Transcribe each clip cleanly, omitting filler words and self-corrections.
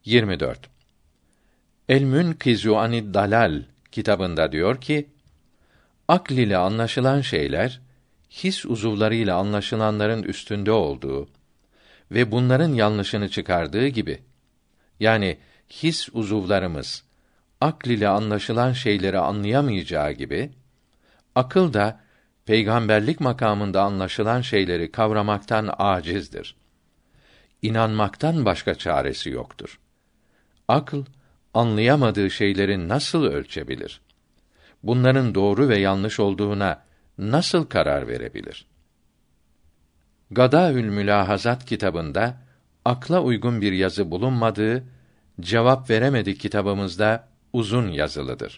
24. El-Münkizu anid dalal kitabında diyor ki, akl ile anlaşılan şeyler, his uzuvlarıyla anlaşılanların üstünde olduğu ve bunların yanlışını çıkardığı gibi, yani his uzuvlarımız, akl ile anlaşılan şeyleri anlayamayacağı gibi, akıl da, peygamberlik makamında anlaşılan şeyleri kavramaktan âcizdir. İnanmaktan başka çaresi yoktur. Akıl, anlayamadığı şeyleri nasıl ölçebilir? Bunların doğru ve yanlış olduğuna nasıl karar verebilir? Gadaül Mülahazat kitabında, akla uygun bir yazı bulunmadığı, cevap veremedik kitabımızda uzun yazılıdır.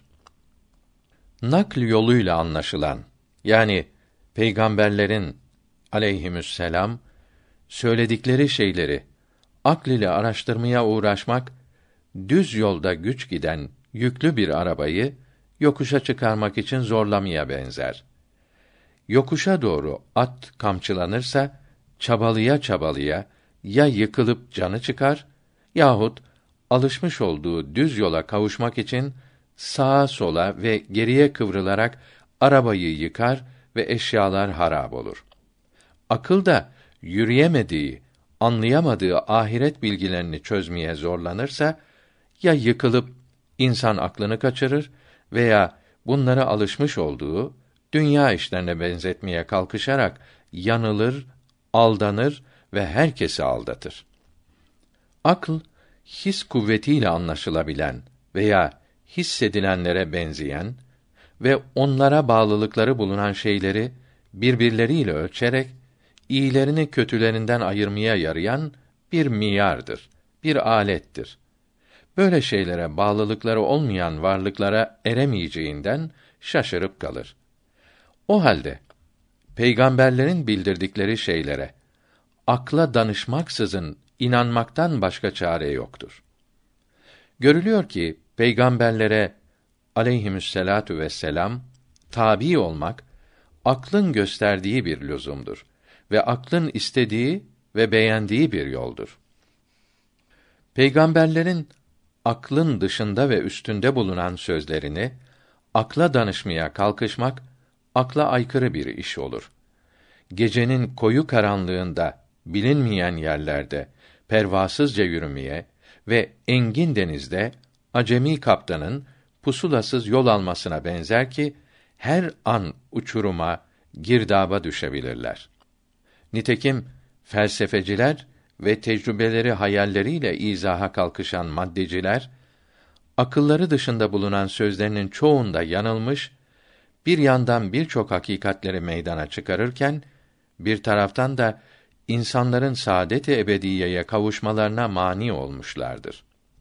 Nakl yoluyla anlaşılan, yani peygamberlerin aleyhisselam söyledikleri şeyleri akl ile araştırmaya uğraşmak, düz yolda güç giden yüklü bir arabayı yokuşa çıkarmak için zorlamaya benzer. Yokuşa doğru at kamçılanırsa, çabalıya çabalıya ya yıkılıp canı çıkar yahut alışmış olduğu düz yola kavuşmak için sağa sola ve geriye kıvrılarak arabayı yıkar ve eşyalar harap olur. Akıl da yürüyemediği, anlayamadığı ahiret bilgilerini çözmeye zorlanırsa, ya yıkılıp insan aklını kaçırır veya bunlara alışmış olduğu dünya işlerine benzetmeye kalkışarak yanılır, aldanır ve herkesi aldatır. Akıl, his kuvvetiyle anlaşılabilen veya hissedilenlere benzeyen ve onlara bağlılıkları bulunan şeyleri birbirleriyle ölçerek iyilerini kötülerinden ayırmaya yarayan bir miyardır, bir alettir. Böyle şeylere bağlılıkları olmayan varlıklara eremeyeceğinden şaşırıp kalır. O halde peygamberlerin bildirdikleri şeylere akla danışmaksızın inanmaktan başka çare yoktur. Görülüyor ki peygamberlere aleyhisselatu vesselam tabi olmak aklın gösterdiği bir lüzumdur ve aklın istediği ve beğendiği bir yoldur. Peygamberlerin aklın dışında ve üstünde bulunan sözlerini akla danışmaya kalkışmak akla aykırı bir iş olur. Gecenin koyu karanlığında bilinmeyen yerlerde pervasızca yürümeye ve engin denizde acemi kaptanın pusulasız yol almasına benzer ki her an uçuruma, girdaba düşebilirler. Nitekim felsefeciler ve tecrübeleri hayalleriyle izaha kalkışan maddeciler, akılları dışında bulunan sözlerinin çoğunda yanılmış, bir yandan birçok hakikatleri meydana çıkarırken, bir taraftan da insanların saadet-i ebediyeye kavuşmalarına mani olmuşlardır.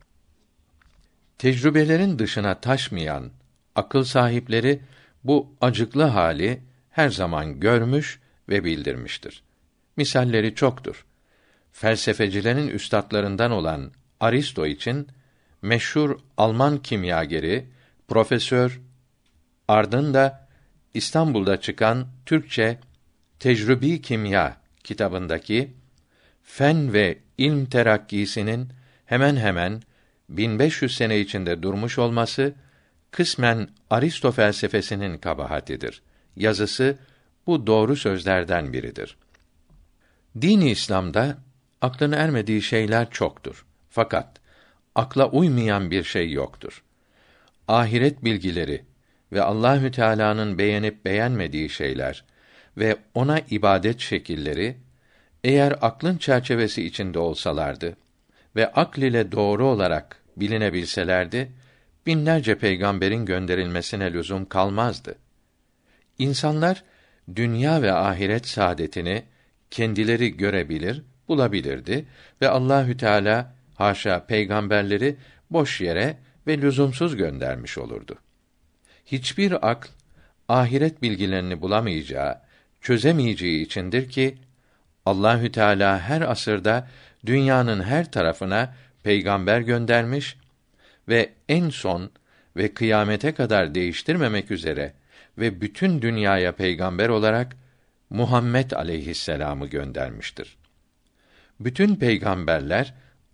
Tecrübelerin dışına taşmayan akıl sahipleri bu acıklı hali her zaman görmüş ve bildirmiştir. Misalleri çoktur. Felsefecilerin üstadlarından olan Aristo için meşhur Alman kimyageri Profesör ardında İstanbul'da çıkan Türkçe Tecrübi Kimya kitabındaki fen ve ilm terakkisinin hemen hemen 1500 sene içinde durmuş olması kısmen Aristo felsefesinin kabahatidir. Yazısı bu doğru sözlerden biridir. Din-i İslam'da aklın ermediği şeyler çoktur. Fakat akla uymayan bir şey yoktur. Ahiret bilgileri ve Allahü Teala'nın beğenip beğenmediği şeyler ve ona ibadet şekilleri eğer aklın çerçevesi içinde olsalardı ve akl ile doğru olarak bilinebilselerdi, binlerce peygamberin gönderilmesine lüzum kalmazdı. İnsanlar dünya ve ahiret saadetini kendileri görebilir, bulabilirdi ve Allahü Teala haşa peygamberleri boş yere ve lüzumsuz göndermiş olurdu. Hiçbir akl ahiret bilgilerini bulamayacağı, çözemeyeceği içindir ki Allahü Teala her asırda dünyanın her tarafına peygamber göndermiş ve en son ve kıyamete kadar değiştirmemek üzere ve bütün dünyaya peygamber olarak Muhammed aleyhisselam'ı göndermiştir. Bütün peygamberler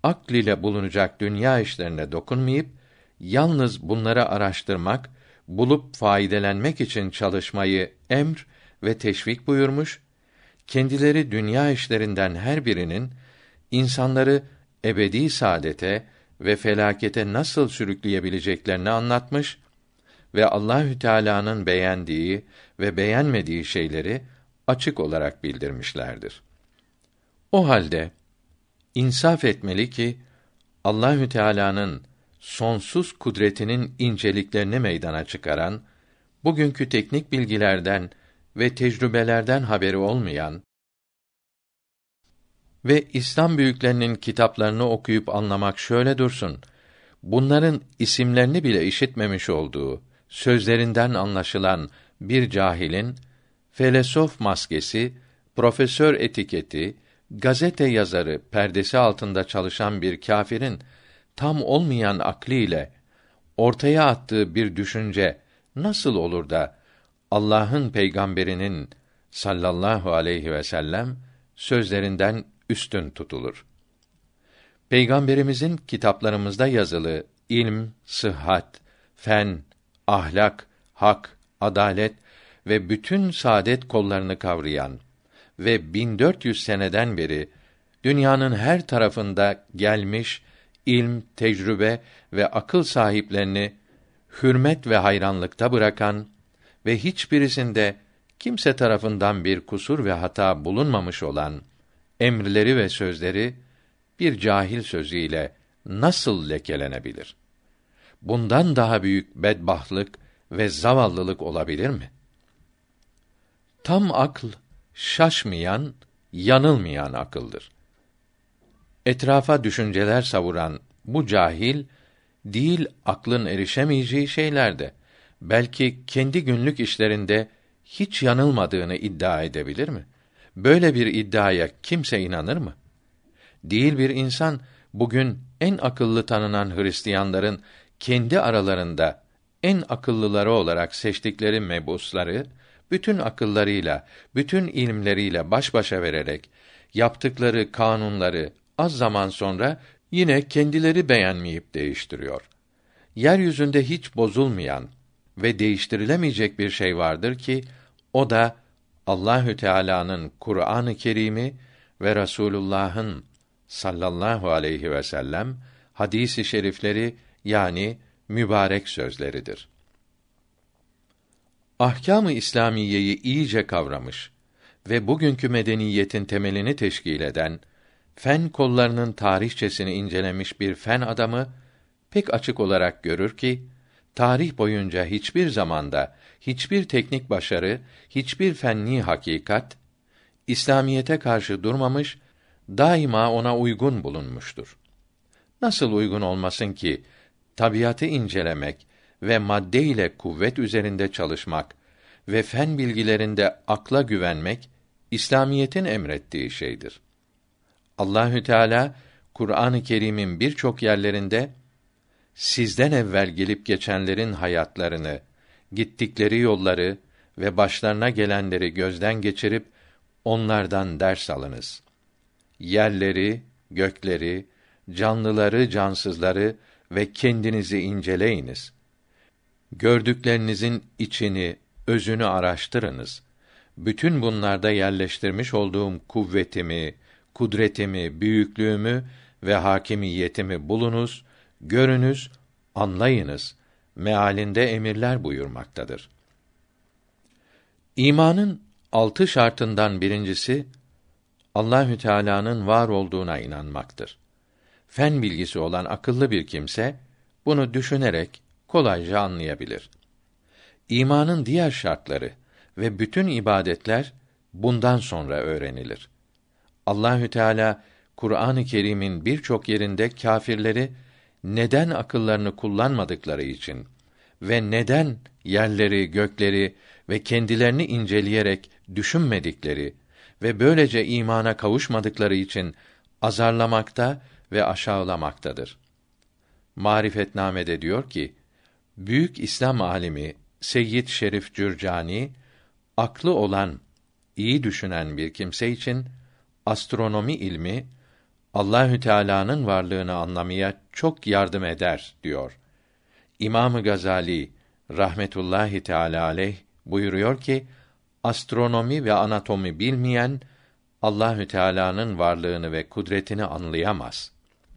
akl ile bulunacak dünya işlerine dokunmayıp yalnız bunları araştırmak, bulup faydelenmek için çalışmayı emr ve teşvik buyurmuş. Kendileri dünya işlerinden her birinin insanları ebedi saadete ve felakete nasıl sürükleyebileceklerini anlatmış ve Allahü Teala'nın beğendiği ve beğenmediği şeyleri açık olarak bildirmişlerdir. O halde insaf etmeli ki Allahü Teala'nın sonsuz kudretinin inceliklerini meydana çıkaran, bugünkü teknik bilgilerden ve tecrübelerden haberi olmayan ve İslam büyüklerinin kitaplarını okuyup anlamak şöyle dursun, bunların isimlerini bile işitmemiş olduğu, sözlerinden anlaşılan bir cahilin, felesof maskesi, profesör etiketi, gazete yazarı perdesi altında çalışan bir kâfirin, tam olmayan akliyle ortaya attığı bir düşünce nasıl olur da Allah'ın peygamberinin sallallahu aleyhi ve sellem sözlerinden üstün tutulur? Peygamberimizin kitaplarımızda yazılı ilm, sıhhat, fen, ahlak, hak, adalet ve bütün saadet kollarını kavrayan ve 1400 seneden beri dünyanın her tarafında gelmiş ilm, tecrübe ve akıl sahiplerini hürmet ve hayranlıkta bırakan ve hiçbirisinde kimse tarafından bir kusur ve hata bulunmamış olan emirleri ve sözleri bir cahil sözüyle nasıl lekelenebilir? Bundan daha büyük bedbahtlık ve zavallılık olabilir mi? Tam akıl, şaşmayan, yanılmayan akıldır. Etrafa düşünceler savuran bu cahil, değil aklın erişemeyeceği şeylerde, belki kendi günlük işlerinde hiç yanılmadığını iddia edebilir mi? Böyle bir iddiaya kimse inanır mı? Değil bir insan, bugün en akıllı tanınan Hristiyanların kendi aralarında en akıllıları olarak seçtikleri mebusları, bütün akıllarıyla, bütün ilimleriyle baş başa vererek, yaptıkları kanunları az zaman sonra yine kendileri beğenmeyip değiştiriyor. Yeryüzünde hiç bozulmayan ve değiştirilemeyecek bir şey vardır ki, o da Allahü Teala'nın Kur'an-ı Kerim'i ve Resulullah'ın sallallahu aleyhi ve sellem hadis-i şerifleri, yani mübarek sözleridir. Ahkâm-ı İslamiyeyi iyice kavramış ve bugünkü medeniyetin temelini teşkil eden fen kollarının tarihçesini incelemiş bir fen adamı pek açık olarak görür ki, tarih boyunca hiçbir zamanda hiçbir teknik başarı, hiçbir fenni hakikat İslamiyete karşı durmamış, daima ona uygun bulunmuştur. Nasıl uygun olmasın ki tabiatı incelemek ve madde ile kuvvet üzerinde çalışmak ve fen bilgilerinde akla güvenmek İslamiyetin emrettiği şeydir. Allahü Teala Kur'an-ı Kerim'in birçok yerlerinde sizden evvel gelip geçenlerin hayatlarını, gittikleri yolları ve başlarına gelenleri gözden geçirip onlardan ders alınız. Yerleri, gökleri, canlıları, cansızları ve kendinizi inceleyiniz. Gördüklerinizin içini, özünü araştırınız. Bütün bunlarda yerleştirmiş olduğum kuvvetimi, kudretimi, büyüklüğümü ve hakimiyetimi bulunuz, görünüz, anlayınız mealinde emirler buyurmaktadır. İmanın 6 şartından birincisi Allahü Teala'nın var olduğuna inanmaktır. Fen bilgisi olan akıllı bir kimse bunu düşünerek kolayca anlayabilir. İmanın diğer şartları ve bütün ibadetler bundan sonra öğrenilir. Allahü Teala Kur'an-ı Kerim'in birçok yerinde kâfirleri neden akıllarını kullanmadıkları için ve neden yerleri, gökleri ve kendilerini inceleyerek düşünmedikleri ve böylece imana kavuşmadıkları için azarlamakta ve aşağılamaktadır. Marifetnâme'de diyor ki, büyük İslam alimi Seyyid Şerif Cürcani, aklı olan, iyi düşünen bir kimse için astronomi ilmi Allahü Teala'nın varlığını anlamaya çok yardım eder diyor. İmam-ı Gazali rahmetullahi teala aleyh buyuruyor ki astronomi ve anatomi bilmeyen Allahü Teala'nın varlığını ve kudretini anlayamaz.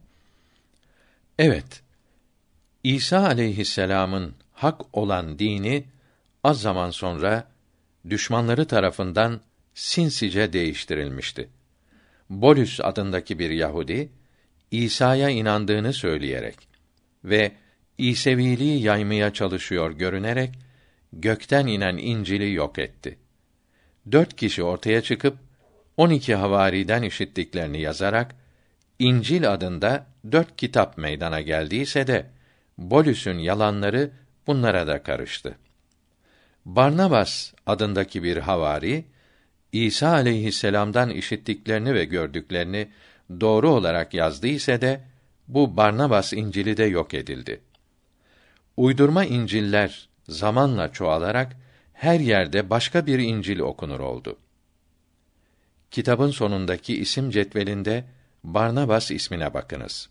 Evet, İsa aleyhisselam'ın hak olan dini az zaman sonra düşmanları tarafından sinsice değiştirilmişti. Bolüs adındaki bir Yahudi İsa'ya inandığını söyleyerek ve İseviliği yaymaya çalışıyor görünerek gökten inen İncil'i yok etti. 4 kişi ortaya çıkıp 12 havariden işittiklerini yazarak İncil adında 4 kitap meydana geldiyse de Bolüs'ün yalanları bunlara da karıştı. Barnabas adındaki bir havari İsa aleyhisselam'dan işittiklerini ve gördüklerini doğru olarak yazdıysa de bu Barnabas İncil'i de yok edildi. Uydurma İncil'ler zamanla çoğalarak her yerde başka bir İncil okunur oldu. Kitabın sonundaki isim cetvelinde Barnabas ismine bakınız.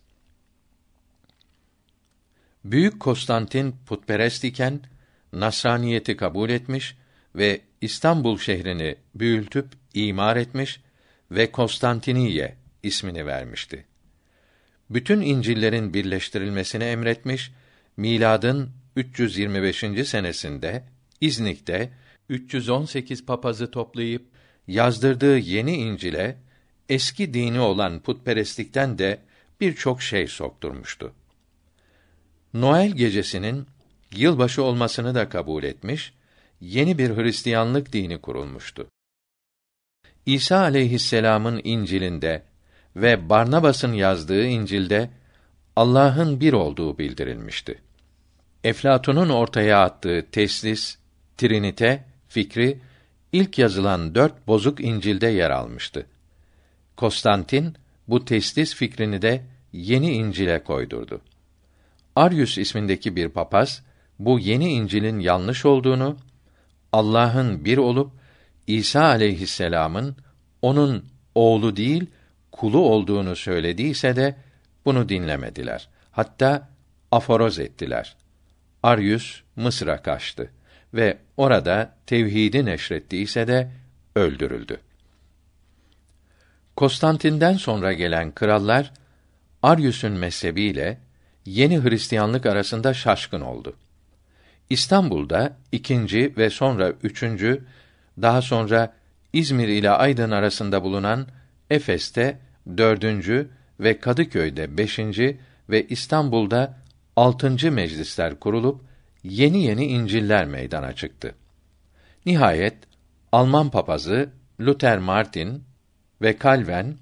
Büyük Konstantin putperest iken Nasraniyeti kabul etmiş ve İstanbul şehrini büyültüp imar etmiş ve Konstantiniye ismini vermişti. Bütün İncil'lerin birleştirilmesini emretmiş, miladın 325. senesinde İznik'te 318 papazı toplayıp yazdırdığı yeni İncil'e eski dini olan putperestlikten de birçok şey sokturmuştu. Noel gecesinin yılbaşı olmasını da kabul etmiş, yeni bir Hristiyanlık dini kurulmuştu. İsa aleyhisselam'ın İncil'inde ve Barnabas'ın yazdığı İncil'de Allah'ın bir olduğu bildirilmişti. Eflatun'un ortaya attığı teslis, trinite fikri ilk yazılan 4 bozuk İncil'de yer almıştı. Konstantin bu teslis fikrini de yeni İncil'e koydurdu. Arius ismindeki bir papaz bu yeni İncil'in yanlış olduğunu, Allah'ın bir olup İsa aleyhisselam'ın onun oğlu değil, kulu olduğunu söylediyse de bunu dinlemediler. Hatta aforoz ettiler. Arius Mısır'a kaçtı ve orada tevhidi neşrettiyse de öldürüldü. Konstantin'den sonra gelen krallar Arius'un mezhebiyle yeni Hristiyanlık arasında şaşkın oldu. İstanbul'da 2. ve sonra 3. daha sonra İzmir ile Aydın arasında bulunan Efes'te 4. ve Kadıköy'de 5. ve İstanbul'da 6. meclisler kurulup yeni İncil'ler meydana çıktı. Nihayet Alman papazı Luther Martin ve Calvin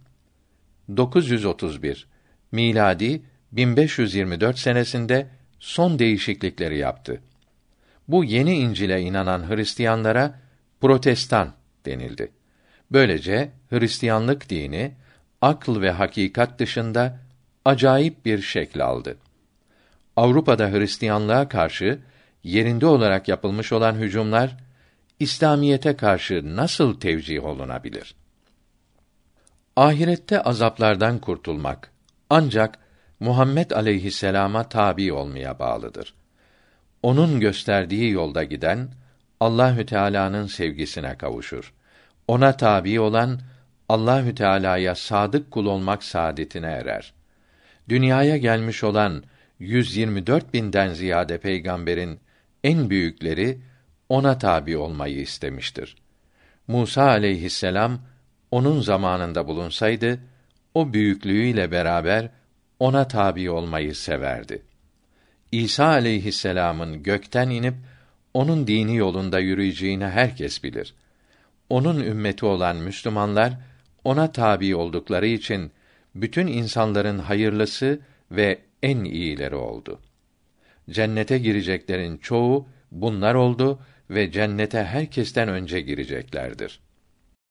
931 miladi 1524 senesinde son değişiklikleri yaptı. Bu yeni İncil'e inanan Hristiyanlara Protestan denildi. Böylece Hristiyanlık dini akıl ve hakikat dışında acayip bir şekil aldı. Avrupa'da Hristiyanlığa karşı yerinde olarak yapılmış olan hücumlar İslamiyete karşı nasıl tevcih olunabilir? Ahirette azaplardan kurtulmak ancak Muhammed aleyhisselama tabi olmaya bağlıdır. Onun gösterdiği yolda giden Allahü Teala'nın sevgisine kavuşur. Ona tabi olan Allahü Teala'ya sadık kul olmak saadetine erer. Dünyaya gelmiş olan 124.000'den ziyade peygamberin en büyükleri ona tabi olmayı istemiştir. Musa aleyhisselam onun zamanında bulunsaydı o büyüklüğüyle beraber ona tabi olmayı severdi. İsa aleyhisselam'ın gökten inip onun dini yolunda yürüyeceğini herkes bilir. Onun ümmeti olan Müslümanlar ona tabi oldukları için bütün insanların hayırlısı ve en iyileri oldu. Cennete gireceklerin çoğu bunlar oldu ve cennete herkesten önce gireceklerdir.